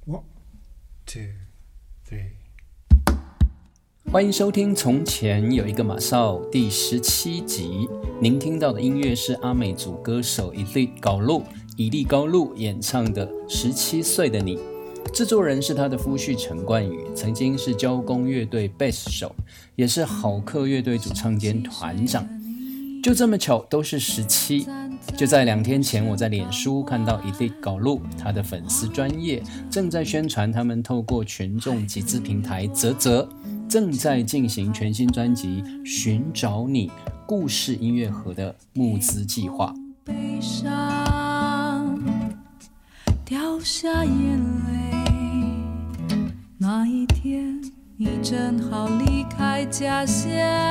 One, two, three。 欢迎收听《从前有一个马少》第17集。您听到的音乐是阿美族歌手伊利高露演唱的《17岁的你》，制作人是他的夫婿陈冠宇，曾经是交工乐队贝斯手，也是好客乐队主唱兼团长。就这么巧，都是17。就在2天前，我在脸书看到伊利高露他的粉丝专页正在宣传他们透过群众集资平台嘖正在进行全新专辑《寻找你故事音乐盒》的募资计划。 悲伤掉下眼泪，那一天你正好离开家乡。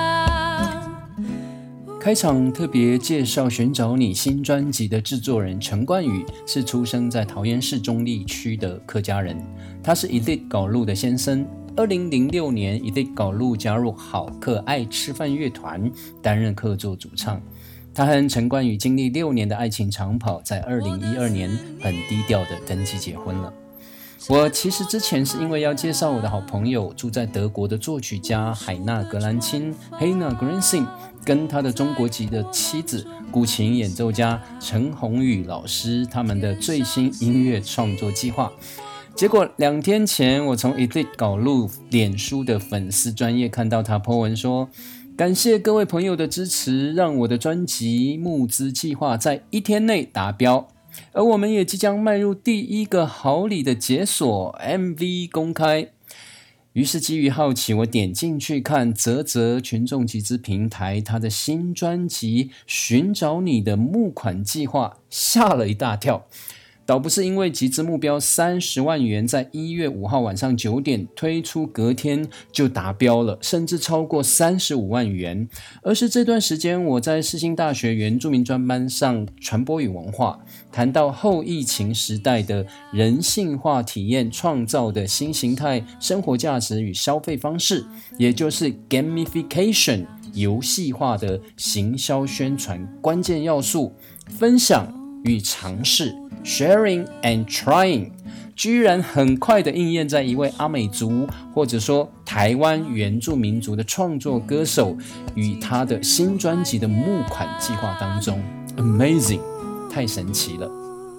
开场特别介绍《寻找你》新专辑的制作人陈冠宇，是出生在桃园市中坜区的客家人，他是伊利高露的先生。2006年，伊利高露加入好客爱吃饭乐团，担任客座主唱。他和陈冠宇经历6年的爱情长跑，在2012年很低调的登记结婚了。我其实之前是因为要介绍我的好朋友住在德国的作曲家海纳格兰钦 Heiner Granzin 跟他的中国籍的妻子古琴演奏家陈鸿宇老师他们的最新音乐创作计划。结果2天前，我从伊利高露脸书的粉丝专页看到他 po 文说，感谢各位朋友的支持，让我的专辑募资计划在1天内达标。而我们也即将迈入第一个好礼的解锁 MV 公开。于是基于好奇，我点进去看嘖群众集资平台他的新专辑《寻找你》的募款计划，吓了一大跳。倒不是因为集资目标30万元在1月5号晚上9点推出，隔天就达标了，甚至超过35万元，而是这段时间我在世新大学原住民专班上传播与文化，谈到后疫情时代的人性化体验创造的新形态生活价值与消费方式，也就是 gamification 游戏化的行销宣传关键要素，分享与尝试 sharing and trying 居然很快的应验在一位阿美族或者说台湾原住民族的创作歌手与他的新专辑的募款计划当中。 Amazing， 太神奇了。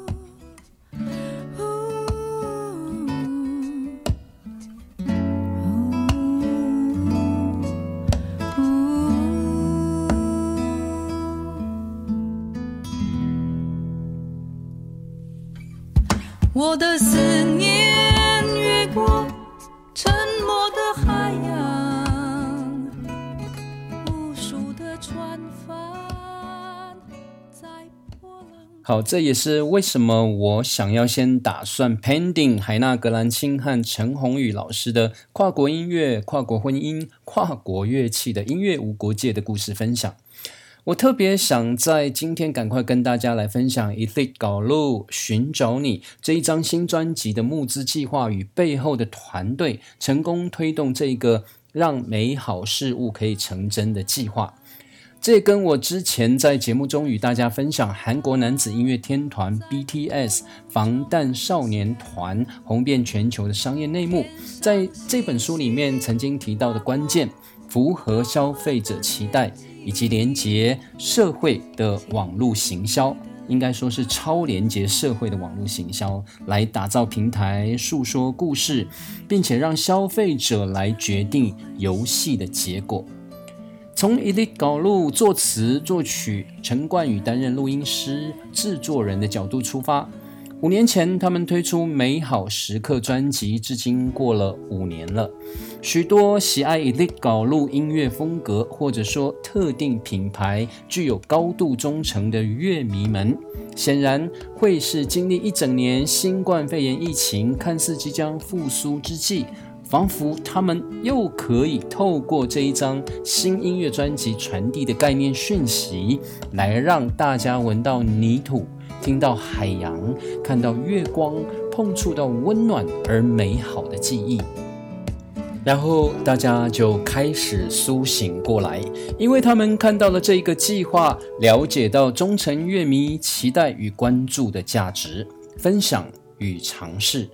我的思念越过沉默的海洋，无数的船帆在波浪。 好，这也是为什么我想要先打算 pending 海纳格兰钦和陈鸿宇老师的跨国音乐、跨国婚姻、跨国乐器的音乐无国界的故事分享。我特别想在今天赶快跟大家来分享伊利高露寻找你这一张新专辑的募资计划与背后的团队成功推动这个让美好事物可以成真的计划。这跟我之前在节目中与大家分享韩国男子音乐天团 BTS 防弹少年团红遍全球的商业内幕，在这本书里面曾经提到的关键，符合消费者期待以及连结社会的网络行销，应该说是超连结社会的网络行销，来打造平台，述说故事，并且让消费者来决定游戏的结果。从伊利高露作词作曲，陈冠宇担任录音师制作人的角度出发，5年前他们推出美好时刻专辑，至今过了5年了。许多喜爱伊利高露音乐风格或者说特定品牌具有高度忠诚的乐迷们，显然会是经历一整年新冠肺炎疫情看似即将复苏之际，仿佛他们又可以透过这一张新音乐专辑传递的概念讯息，来让大家闻到泥土，听到海洋，看到月光，碰触到温暖而美好的记忆。然后大家就开始苏醒过来，因为他们看到了这一个计划，了解到忠诚乐迷期待与关注的价值，分享与尝试。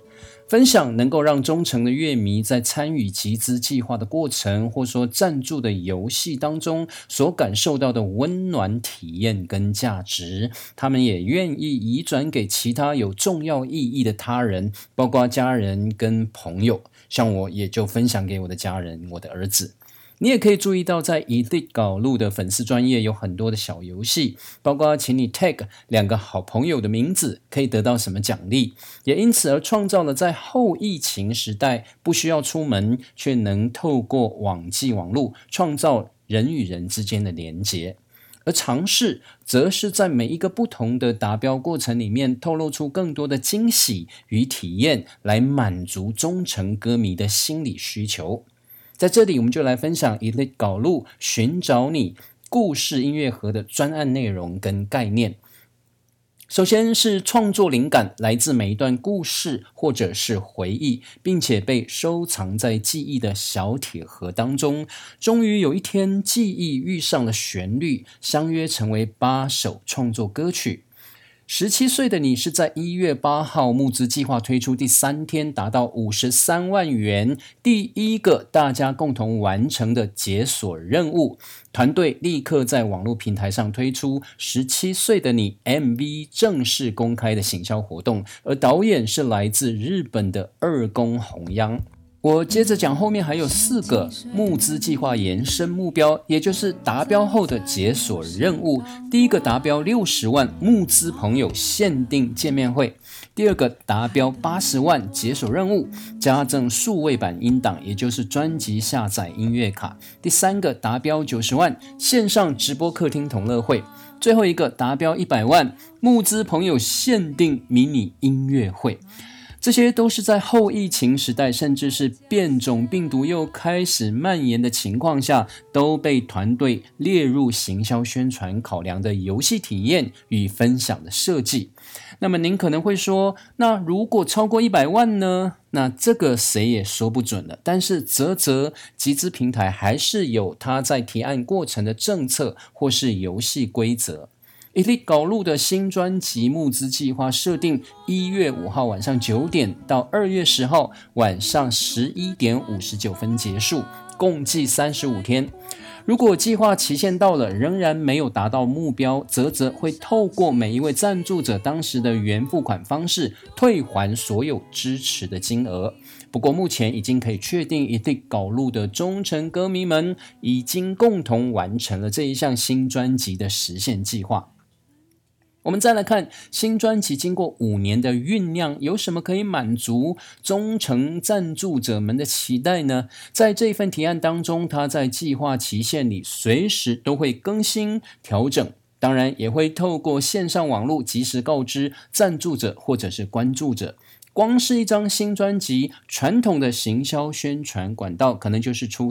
分享能够让忠诚的乐迷在参与集资计划的过程，或说赞助的游戏当中所感受到的温暖体验跟价值，他们也愿意移转给其他有重要意义的他人，包括家人跟朋友，像我也就分享给我的家人，我的儿子。你也可以注意到，在 Elite 搞路的粉丝专页有很多的小游戏，包括请你 tag 2个好朋友的名字，可以得到什么奖励，也因此而创造了在后疫情时代不需要出门，却能透过网际网络创造人与人之间的连结。而尝试则是在每一个不同的达标过程里面透露出更多的惊喜与体验，来满足忠诚歌迷的心理需求。在这里我们就来分享 Elite 搞路寻找你故事音乐盒的专案内容跟概念。首先是创作灵感来自每一段故事或者是回忆，并且被收藏在记忆的小铁盒当中。终于有一天，记忆遇上了旋律，相约成为8首创作歌曲。17岁的你是在1月8号募资计划推出第3天达到53万元，第一个大家共同完成的解锁任务。团队立刻在网络平台上推出17岁的你 MV 正式公开的行销活动，而导演是来自日本的二宫弘央。我接着讲后面还有4个募资计划延伸目标，也就是达标后的解锁任务。第一个达标60万募资朋友限定见面会，第二个达标80万解锁任务，加赠数位版音档，也就是专辑下载音乐卡。第三个达标90万线上直播客厅同乐会，最后一个达标100万募资朋友限定迷你音乐会。这些都是在后疫情时代，甚至是变种病毒又开始蔓延的情况下，都被团队列入行销宣传考量的游戏体验与分享的设计。那么您可能会说，那如果超过100万呢？那这个谁也说不准了。但是集资平台还是有它在提案过程的政策或是游戏规则。Elite 搞路的新专辑募资计划设定1月5号晚上9点到2月10号晚上11点59分结束，共计35天。如果计划期限到了仍然没有达到目标，则会透过每一位赞助者当时的原付款方式退还所有支持的金额。不过目前已经可以确定，Elite 搞路的忠诚歌迷们已经共同完成了这一项新专辑的实现计划。我们再来看新专辑经过5年的酝酿，有什么可以满足忠诚赞助者们的期待呢？在这份提案当中，它在计划期限里随时都会更新调整，当然也会透过线上网络及时告知赞助者或者是关注者。光是一张新专辑，传统的行销宣传管道可能就是出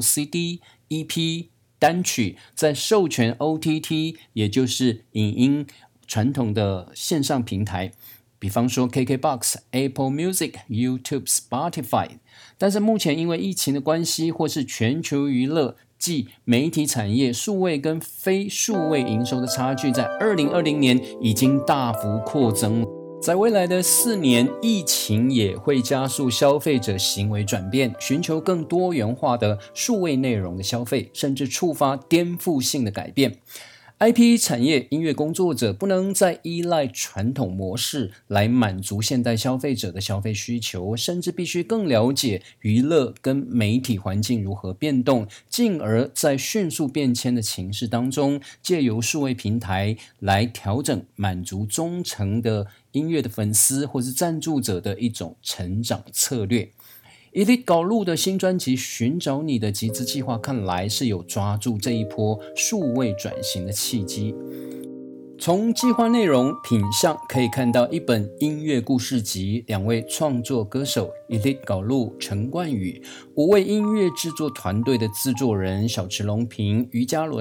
CD、EP、单曲，在授权 OTT， 也就是影音传统的线上平台，比方说 KKBOX、Apple Music、YouTube、Spotify。 但是目前因为疫情的关系，或是全球娱乐即媒体产业数位跟非数位营收的差距，在2020年已经大幅扩增。在未来的4年，疫情也会加速消费者行为转变，寻求更多元化的数位内容的消费，甚至触发颠覆性的改变。IP 产业音乐工作者不能再依赖传统模式来满足现代消费者的消费需求，甚至必须更了解娱乐跟媒体环境如何变动，进而在迅速变迁的情势当中，借由数位平台来调整满足忠诚的音乐的粉丝或是赞助者的一种成长策略。Elite 搞路的新专辑寻找你的集资计划，看来是有抓住这一波数位转型的契机。从计划内容品项可以看到，一本音乐故事集，2位创作歌手 Elite 搞路陈冠宇，5位音乐制作团队的制作人小池隆平、于嘉伦、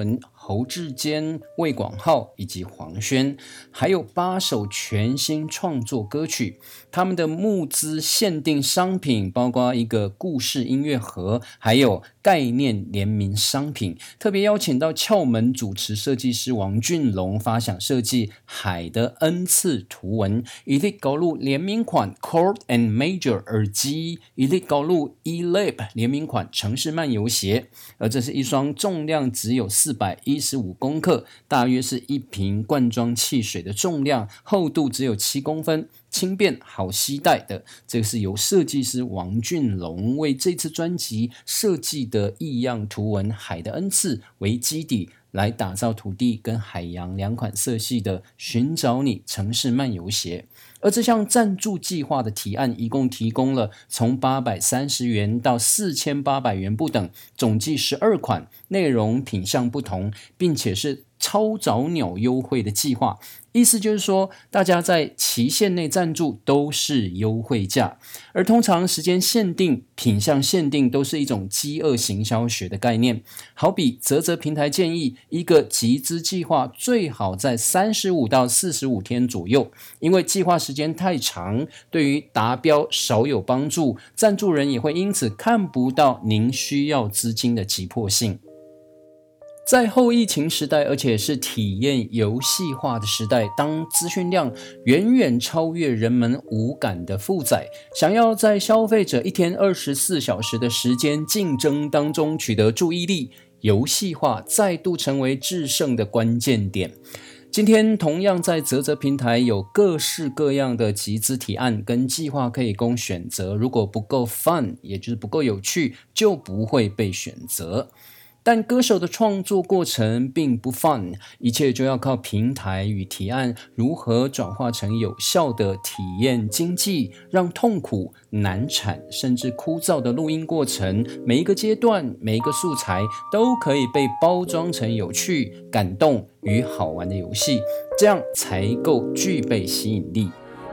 侯志坚、魏广浩以及黄轩，还有8首全新创作歌曲。他们的募资限定商品包括一个故事音乐盒，还有概念联名商品。特别邀请到窍门主持设计师王俊龙发想设计海的 N 次图文， Elite 高露联名款 Chord and Major 耳机， Elite 高露 eLab 联名款城市漫游鞋。而这是一双重量只有415公克，大约是一瓶罐装汽水的重量，厚度只有7公分，轻便好携带的。这个是由设计师王俊龙为这次专辑设计的异样图文海的 N 次为基底，来打造土地跟海洋2款色系的寻找你城市漫游鞋。而这项赞助计划的提案一共提供了从830元到4800元不等，总计12款，内容品项不同，并且是超早鸟优惠的计划。意思就是说，大家在期限内赞助都是优惠价，而通常时间限定、品项限定都是一种饥饿行销学的概念。好比嘖嘖平台建议，一个集资计划最好在35到45天左右，因为计划时间太长，对于达标少有帮助，赞助人也会因此看不到您需要资金的急迫性。在后疫情时代，而且是体验游戏化的时代，当资讯量远远超越人们五感的负载，想要在消费者一天24小时的时间竞争当中取得注意力，游戏化再度成为制胜的关键点。今天同样在嘖嘖平台有各式各样的集资提案跟计划可以供选择，如果不够 fun， 也就是不够有趣，就不会被选择。但歌手的创作过程并不 fun， 一切就要靠平台与提案如何转化成有效的体验经济，让痛苦、难产甚至枯燥的录音过程，每一个阶段、每一个素材都可以被包装成有趣、感动与好玩的游戏，这样才够具备吸引力。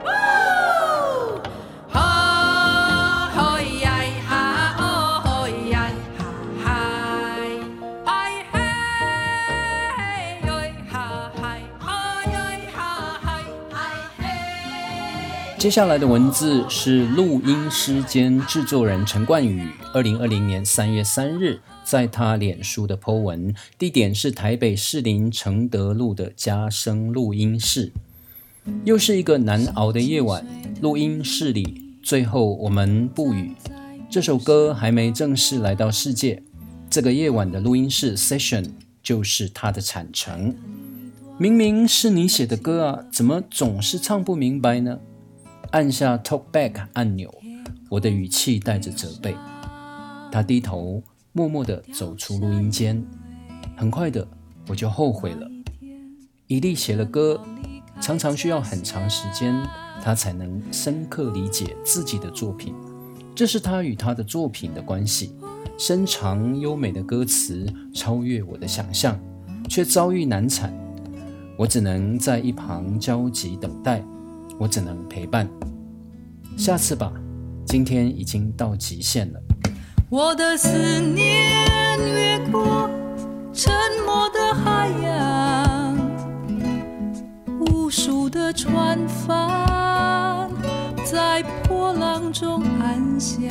接下来的文字是录音师兼制作人陈冠宇2020年3月3日在他脸书的 po 文，地点是台北士林承德路的嘉声录音室。又是一个难熬的夜晚，录音室里最后我们不语，这首歌还没正式来到世界，这个夜晚的录音室 session 就是它的产成。明明是你写的歌啊，怎么总是唱不明白呢？按下 Talkback 按钮，我的语气带着责备。他低头默默地走出录音间，很快的我就后悔了。一粒写了歌，常常需要很长时间，他才能深刻理解自己的作品。这是他与他的作品的关系。深长优美的歌词超越我的想象，却遭遇难产。我只能在一旁焦急等待，我只能陪伴。下次吧，今天已经到极限了。 我的思念越过沉默的海洋，无数的船帆在波浪中安详，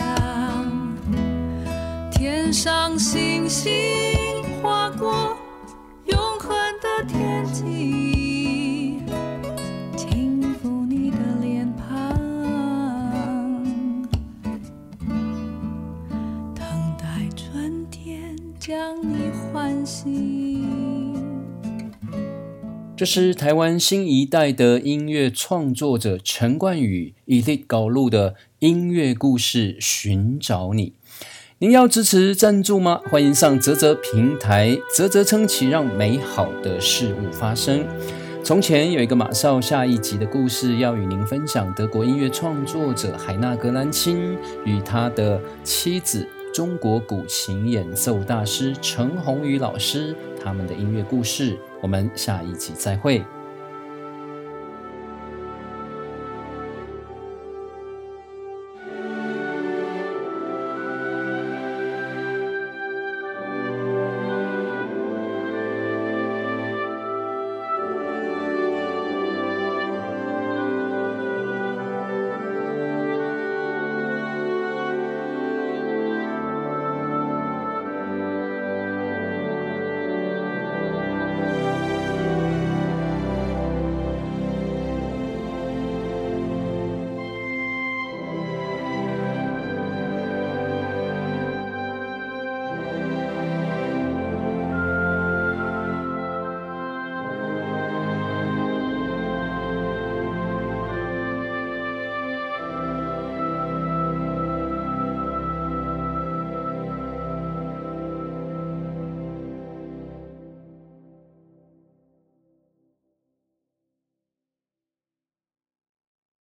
天上星星划过永恒的天际，轻抚你的脸庞，等待春天将你唤醒。 这是台湾新一代的音乐创作者陈冠宇 Elite 搞录的音乐故事《寻找你》。您要支持赞助吗？欢迎上嘖嘖平台，嘖嘖称奇，让美好的事物发生。从前有一个马少下一集的故事，要与您分享德国音乐创作者海纳格兰钦与他的妻子中国古琴演奏大师陈鸿宇老师他们的音乐故事。我们下一集再会。